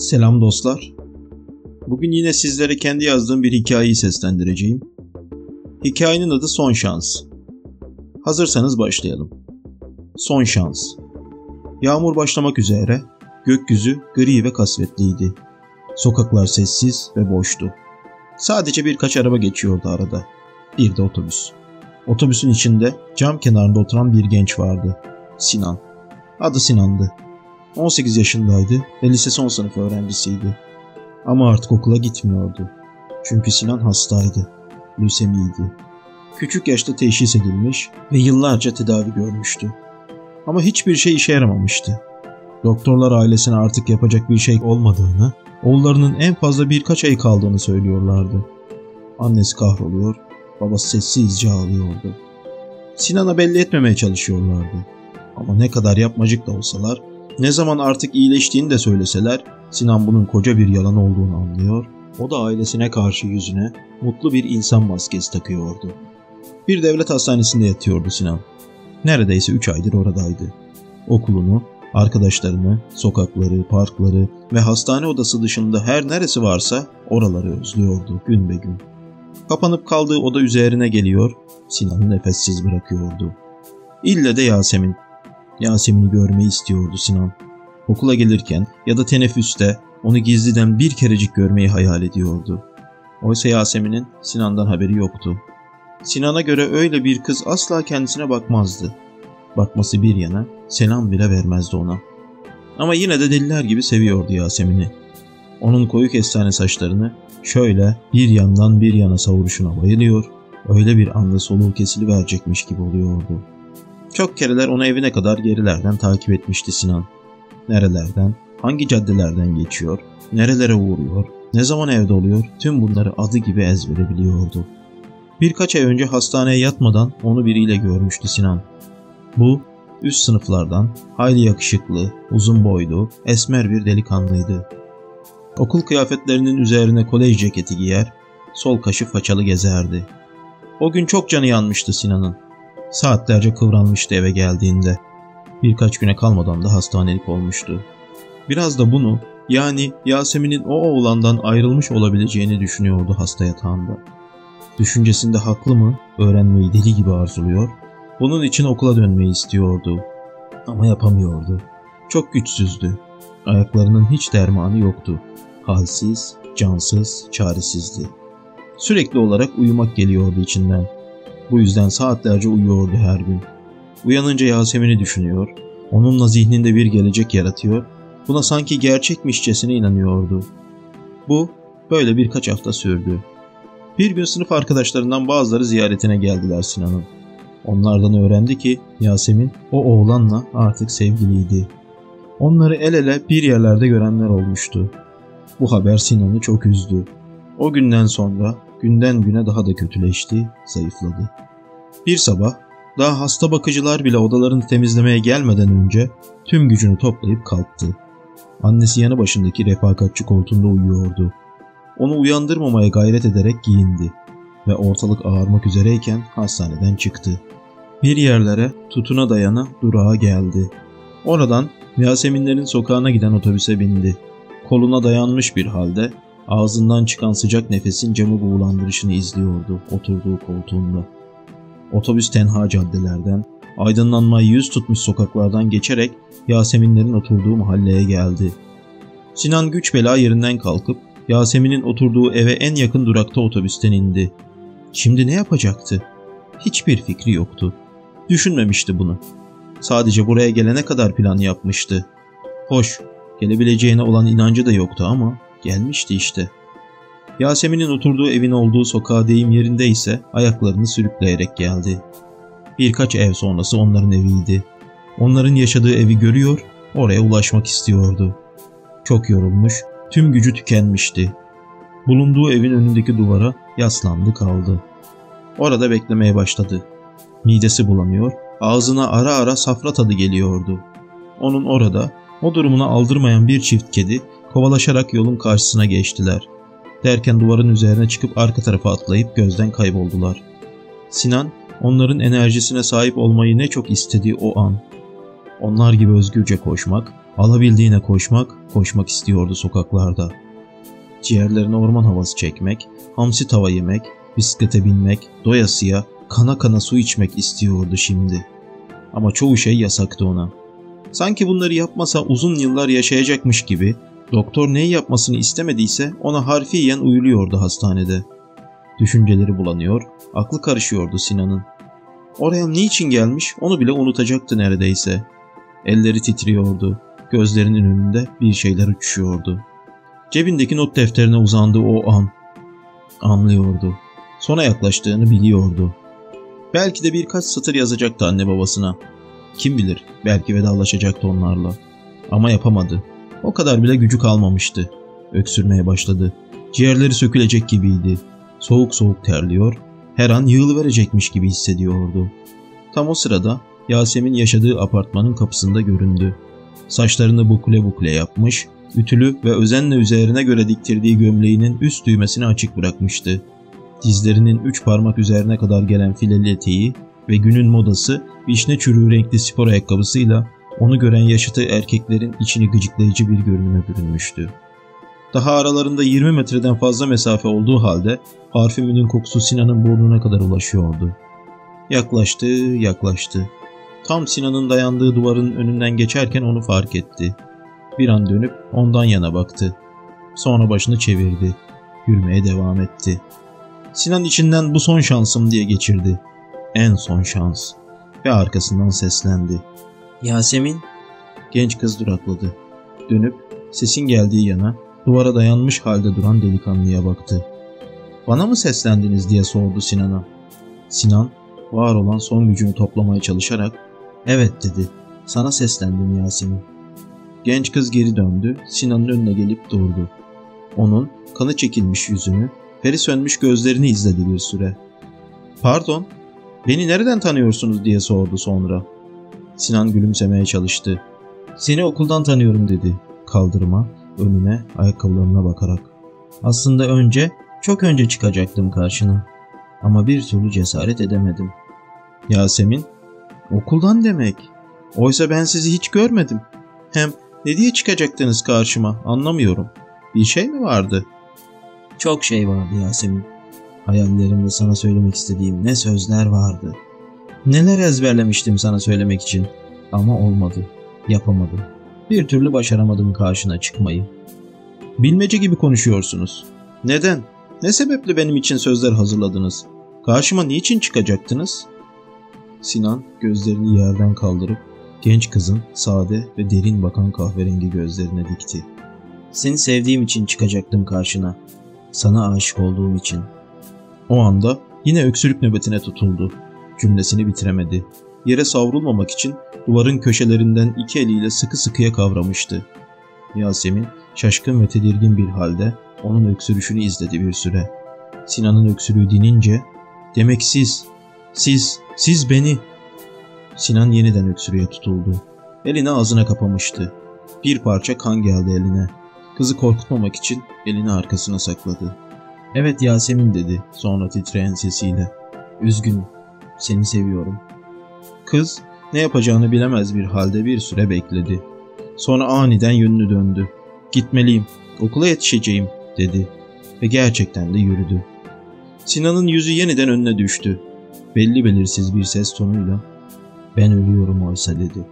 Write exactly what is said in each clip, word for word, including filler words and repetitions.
Selam dostlar. Bugün yine sizlere kendi yazdığım bir hikayeyi seslendireceğim. Hikayenin adı Son Şans. Hazırsanız başlayalım. Son Şans. Yağmur başlamak üzere, gökyüzü gri ve kasvetliydi. Sokaklar sessiz ve boştu. Sadece birkaç araba geçiyordu arada. Bir de otobüs. Otobüsün içinde cam kenarında oturan bir genç vardı. Sinan. Adı Sinan'dı. on sekiz yaşındaydı ve lise son sınıf öğrencisiydi. Ama artık okula gitmiyordu. Çünkü Sinan hastaydı. Lösemiydi. Küçük yaşta teşhis edilmiş ve yıllarca tedavi görmüştü. Ama hiçbir şey işe yaramamıştı. Doktorlar ailesine artık yapacak bir şey olmadığını, oğullarının en fazla birkaç ay kaldığını söylüyorlardı. Annesi kahroluyor, babası sessizce ağlıyordu. Sinan'a belli etmemeye çalışıyorlardı. Ama ne kadar yapmacık da olsalar, ne zaman artık iyileştiğini de söyleseler, Sinan bunun koca bir yalan olduğunu anlıyor, o da ailesine karşı yüzüne mutlu bir insan maskesi takıyordu. Bir devlet hastanesinde yatıyordu Sinan. Neredeyse üç aydır oradaydı. Okulunu, arkadaşlarını, sokakları, parkları ve hastane odası dışında her neresi varsa oraları özlüyordu gün be gün. Kapanıp kaldığı oda üzerine geliyor, Sinan'ı nefessiz bırakıyordu. İlle de Yasemin. Yasemin'i görmeyi istiyordu Sinan. Okula gelirken ya da teneffüste onu gizliden bir kerecik görmeyi hayal ediyordu. Oysa Yasemin'in Sinan'dan haberi yoktu. Sinan'a göre öyle bir kız asla kendisine bakmazdı. Bakması bir yana selam bile vermezdi ona. Ama yine de deliler gibi seviyordu Yasemin'i. Onun koyu kestane saçlarını şöyle bir yandan bir yana savuruşuna bayılıyor, öyle bir anda soluğu kesiliverecekmiş gibi oluyordu. Çok kereler onu evine kadar gerilerden takip etmişti Sinan. Nerelerden, hangi caddelerden geçiyor, nerelere uğruyor, ne zaman evde oluyor, tüm bunları adı gibi ezbere biliyordu. Birkaç ay önce hastaneye yatmadan onu biriyle görmüştü Sinan. Bu, üst sınıflardan, hayli yakışıklı, uzun boylu, esmer bir delikanlıydı. Okul kıyafetlerinin üzerine kolej ceketi giyer, sol kaşı façalı gezerdi. O gün çok canı yanmıştı Sinan'ın. Saatlerce kıvranmıştı eve geldiğinde. Birkaç güne kalmadan da hastanelik olmuştu. Biraz da bunu, yani Yasemin'in o oğlandan ayrılmış olabileceğini düşünüyordu hasta yatağında. Düşüncesinde haklı mı, öğrenmeyi deli gibi arzuluyor, bunun için okula dönmeyi istiyordu. Ama yapamıyordu. Çok güçsüzdü. Ayaklarının hiç dermanı yoktu. Halsiz, cansız, çaresizdi. Sürekli olarak uyumak geliyordu içinden. Bu yüzden saatlerce uyuyordu her gün. Uyanınca Yasemin'i düşünüyor, onunla zihninde bir gelecek yaratıyor, buna sanki gerçekmişçesine inanıyordu. Bu böyle birkaç hafta sürdü. Bir gün sınıf arkadaşlarından bazıları ziyaretine geldiler Sinan'ın. Onlardan öğrendi ki Yasemin o oğlanla artık sevgiliydi. Onları el ele bir yerlerde görenler olmuştu. Bu haber Sinan'ı çok üzdü. O günden sonra günden güne daha da kötüleşti, zayıfladı. Bir sabah, daha hasta bakıcılar bile odalarını temizlemeye gelmeden önce tüm gücünü toplayıp kalktı. Annesi yanı başındaki refakatçi koltuğunda uyuyordu. Onu uyandırmamaya gayret ederek giyindi ve ortalık ağarmak üzereyken hastaneden çıktı. Bir yerlere tutuna dayana durağa geldi. Oradan Yaseminlerin sokağına giden otobüse bindi. Koluna dayanmış bir halde ağzından çıkan sıcak nefesin camı buğulandırışını izliyordu oturduğu koltuğunda. Otobüs tenha caddelerden, aydınlanmayı yüz tutmuş sokaklardan geçerek Yaseminlerin oturduğu mahalleye geldi. Sinan güç bela yerinden kalkıp Yasemin'in oturduğu eve en yakın durakta otobüsten indi. Şimdi ne yapacaktı? Hiçbir fikri yoktu. Düşünmemişti bunu. Sadece buraya gelene kadar plan yapmıştı. Hoş, gelebileceğine olan inancı da yoktu ama gelmişti işte. Yasemin'in oturduğu evin olduğu sokağa deyim yerinde ise ayaklarını sürükleyerek geldi. Birkaç ev sonrası onların eviydi. Onların yaşadığı evi görüyor, oraya ulaşmak istiyordu. Çok yorulmuş, tüm gücü tükenmişti. Bulunduğu evin önündeki duvara yaslandı kaldı. Orada beklemeye başladı. Midesi bulanıyor, ağzına ara ara safra tadı geliyordu. Onun orada, o durumuna aldırmayan bir çift kedi kovalaşarak yolun karşısına geçtiler. Derken duvarın üzerine çıkıp arka tarafa atlayıp gözden kayboldular. Sinan, onların enerjisine sahip olmayı ne çok istedi o an. Onlar gibi özgürce koşmak, alabildiğine koşmak, koşmak istiyordu sokaklarda. Ciğerlerine orman havası çekmek, hamsi tava yemek, bisiklete binmek, doyasıya, kana kana su içmek istiyordu şimdi. Ama çoğu şey yasaktı ona. Sanki bunları yapmasa uzun yıllar yaşayacakmış gibi, doktor neyi yapmasını istemediyse ona harfiyen uyuluyordu hastanede. Düşünceleri bulanıyor, aklı karışıyordu Sinan'ın. Oraya niçin gelmiş onu bile unutacaktı neredeyse. Elleri titriyordu, gözlerinin önünde bir şeyler uçuşuyordu. Cebindeki not defterine uzandığı o an. Anlıyordu. Sona yaklaştığını biliyordu. Belki de birkaç satır yazacaktı anne babasına. Kim bilir, belki vedalaşacaktı onlarla. Ama yapamadı. O kadar bile gücü kalmamıştı. Öksürmeye başladı. Ciğerleri sökülecek gibiydi. Soğuk soğuk terliyor, her an yığılıverecekmiş gibi hissediyordu. Tam o sırada Yasemin yaşadığı apartmanın kapısında göründü. Saçlarını bukle bukle yapmış, ütülü ve özenle üzerine göre diktirdiği gömleğinin üst düğmesini açık bırakmıştı. Dizlerinin üç parmak üzerine kadar gelen fileli eteği ve günün modası vişne çürüğü renkli spor ayakkabısıyla onu gören yaşıtı erkeklerin içini gıcıklayıcı bir görünüme bürünmüştü. Daha aralarında yirmi metreden fazla mesafe olduğu halde parfümünün kokusu Sinan'ın burnuna kadar ulaşıyordu. Yaklaştı, yaklaştı. Tam Sinan'ın dayandığı duvarın önünden geçerken onu fark etti. Bir an dönüp ondan yana baktı. Sonra başını çevirdi. Yürümeye devam etti. Sinan içinden bu son şansım diye geçirdi. En son şans. Ve arkasından seslendi. Yasemin. Genç kız durakladı. Dönüp sesin geldiği yana duvara dayanmış halde duran delikanlıya baktı. Bana mı seslendiniz diye sordu Sinan'a. Sinan var olan son gücünü toplamaya çalışarak evet dedi. Sana seslendim Yasemin. Genç kız geri döndü. Sinan'ın önüne gelip durdu. Onun kanı çekilmiş yüzünü, feri sönmüş gözlerini izledi bir süre. Pardon, beni nereden tanıyorsunuz diye sordu sonra. Sinan gülümsemeye çalıştı. Seni okuldan tanıyorum dedi. Kaldırıma, önüne, ayakkabılarına bakarak. Aslında önce, çok önce çıkacaktım karşına. Ama bir türlü cesaret edemedim. Yasemin, okuldan demek. Oysa ben sizi hiç görmedim. Hem ne diye çıkacaktınız karşıma anlamıyorum. Bir şey mi vardı? Çok şey vardı Yasemin. Hayallerimde sana söylemek istediğim ne sözler vardı. Neler ezberlemiştim sana söylemek için. Ama olmadı. Yapamadım. Bir türlü başaramadım karşına çıkmayı. Bilmece gibi konuşuyorsunuz. Neden? Ne sebeple benim için sözler hazırladınız? Karşıma niçin çıkacaktınız? Sinan gözlerini yerden kaldırıp genç kızın sade ve derin bakan kahverengi gözlerine dikti. Seni sevdiğim için çıkacaktım karşına. Sana aşık olduğum için. O anda yine öksürük nöbetine tutuldu. Cümlesini bitiremedi. Yere savrulmamak için duvarın köşelerinden iki eliyle sıkı sıkıya kavramıştı. Yasemin şaşkın ve tedirgin bir halde onun öksürüşünü izledi bir süre. Sinan'ın öksürüğü dinince "Demek siz, siz, siz beni..." Sinan yeniden öksürüğe tutuldu. Elini ağzına kapamıştı. Bir parça kan geldi eline. Kızı korkutmamak için elini arkasına sakladı. "Evet Yasemin" dedi sonra titreyen sesiyle. "Üzgünüm, seni seviyorum." Kız ne yapacağını bilemez bir halde bir süre bekledi. Sonra aniden yönünü döndü. "Gitmeliyim, okula yetişeceğim" dedi ve gerçekten de yürüdü. Sinan'ın yüzü yeniden önüne düştü. Belli belirsiz bir ses tonuyla "Ben ölüyorum oysa" dedi.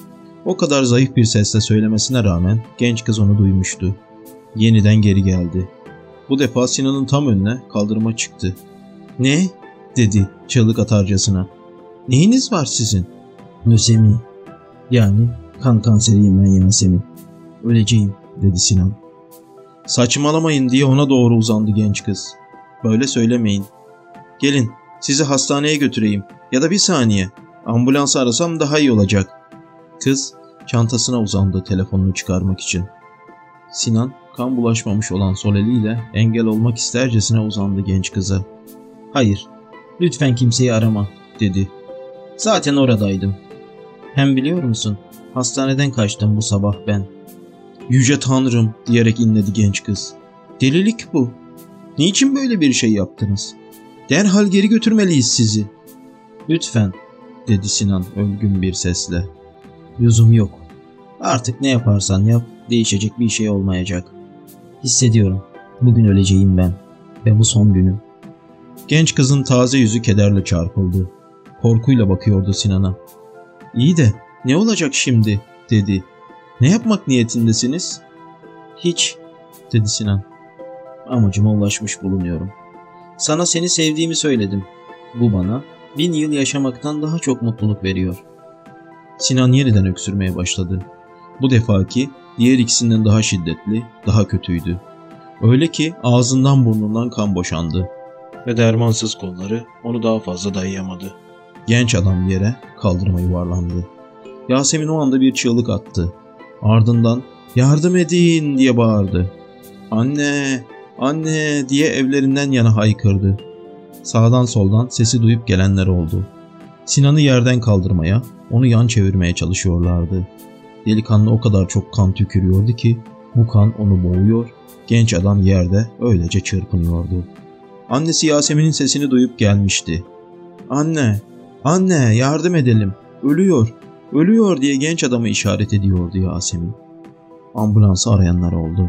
O kadar zayıf bir sesle söylemesine rağmen genç kız onu duymuştu. Yeniden geri geldi. Bu defa Sinan'ın tam önüne kaldırıma çıktı. "Ne?" dedi çığlık atarcasına. "Neyiniz var sizin?" "Lösemi. Yani kan kanseriyim ben Yasemin. Öleceğim" dedi Sinan. "Saçmalamayın" diye ona doğru uzandı genç kız. "Böyle söylemeyin. Gelin sizi hastaneye götüreyim ya da bir saniye. Ambulansı arasam daha iyi olacak." Kız çantasına uzandı telefonunu çıkarmak için. Sinan kan bulaşmamış olan sol eliyle engel olmak istercesine uzandı genç kıza. "Hayır, lütfen kimseyi arama" dedi. "Zaten oradaydım. Hem biliyor musun, hastaneden kaçtım bu sabah ben." "Yüce Tanrım" diyerek inledi genç kız. "Delilik bu. Niçin böyle bir şey yaptınız? Derhal geri götürmeliyiz sizi." "Lütfen" dedi Sinan ölgün bir sesle. Lüzum yok. Artık ne yaparsan yap değişecek bir şey olmayacak. Hissediyorum. Bugün öleceğim ben. Ve bu son günüm. Genç kızın taze yüzü kederle çarpıldı. Korkuyla bakıyordu Sinan'a. İyi de ne olacak şimdi dedi. Ne yapmak niyetindesiniz? Hiç, dedi Sinan. amacıma ulaşmış bulunuyorum. Sana seni sevdiğimi söyledim. Bu bana bin yıl yaşamaktan daha çok mutluluk veriyor. Sinan yeniden öksürmeye başladı. Bu defaki diğer ikisinden daha şiddetli, daha kötüydü. Öyle ki ağzından burnundan kan boşandı. Ve dermansız kolları onu daha fazla dayayamadı. Genç adam yere kaldırıma yuvarlandı. Yasemin o anda bir çığlık attı. Ardından "Yardım edin!" diye bağırdı. "Anne! Anne!" diye evlerinden yana haykırdı. Sağdan soldan sesi duyup gelenler oldu. Sinan'ı yerden kaldırmaya, onu yan çevirmeye çalışıyorlardı. Delikanlı o kadar çok kan tükürüyordu ki bu kan onu boğuyor, genç adam yerde öylece çırpınıyordu. Annesi Yasemin'in sesini duyup gelmişti. "Anne, anne yardım edelim, ölüyor, ölüyor!" diye genç adamı işaret ediyordu Yasemin. Ambulansı arayanlar oldu.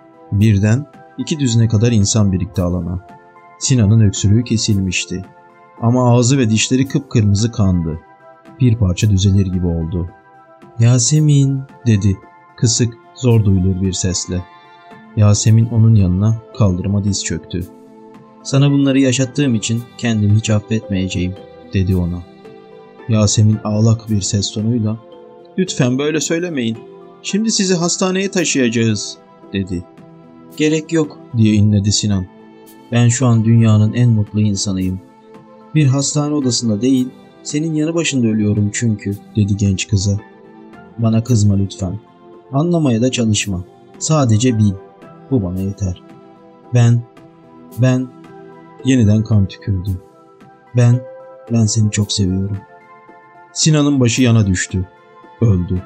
Birden iki düzine kadar insan birikti alana. Sinan'ın öksürüğü kesilmişti. Ama ağzı ve dişleri kıpkırmızı kandı. Bir parça düzelir gibi oldu. "Yasemin!" dedi kısık, zor duyulur bir sesle. Yasemin onun yanına kaldırıma diz çöktü. Sana bunları yaşattığım için kendimi hiç affetmeyeceğim, dedi ona. Yasemin ağlak bir ses tonuyla "Lütfen böyle söylemeyin. Şimdi sizi hastaneye taşıyacağız," dedi. Gerek yok, diye inledi Sinan. Ben şu an dünyanın en mutlu insanıyım. Bir hastane odasında değil, senin yanı başında ölüyorum çünkü, dedi genç kıza. Bana kızma lütfen. Anlamaya da çalışma. Sadece bil. Bu bana yeter. Ben, ben, yeniden kan tükürdü. Ben, ben seni çok seviyorum. Sinan'ın başı yana düştü. Öldü.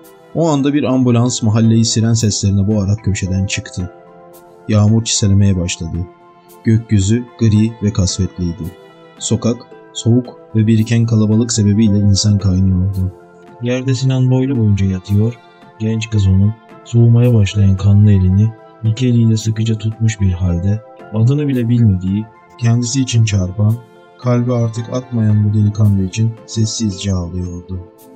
O anda bir ambulans mahalleyi siren seslerine boğarak köşeden çıktı. Yağmur çiselemeye başladı. Gökyüzü gri ve kasvetliydi. Sokak, soğuk ve biriken kalabalık sebebiyle insan kaynıyordu. Yerde Sinan boylu boyunca yatıyor, genç kız onun soğumaya başlayan kanlı elini iki eliyle sıkıca tutmuş bir halde, adını bile bilmediği, kendisi için çarpan, kalbi artık atmayan bu delikanlı için sessizce ağlıyordu.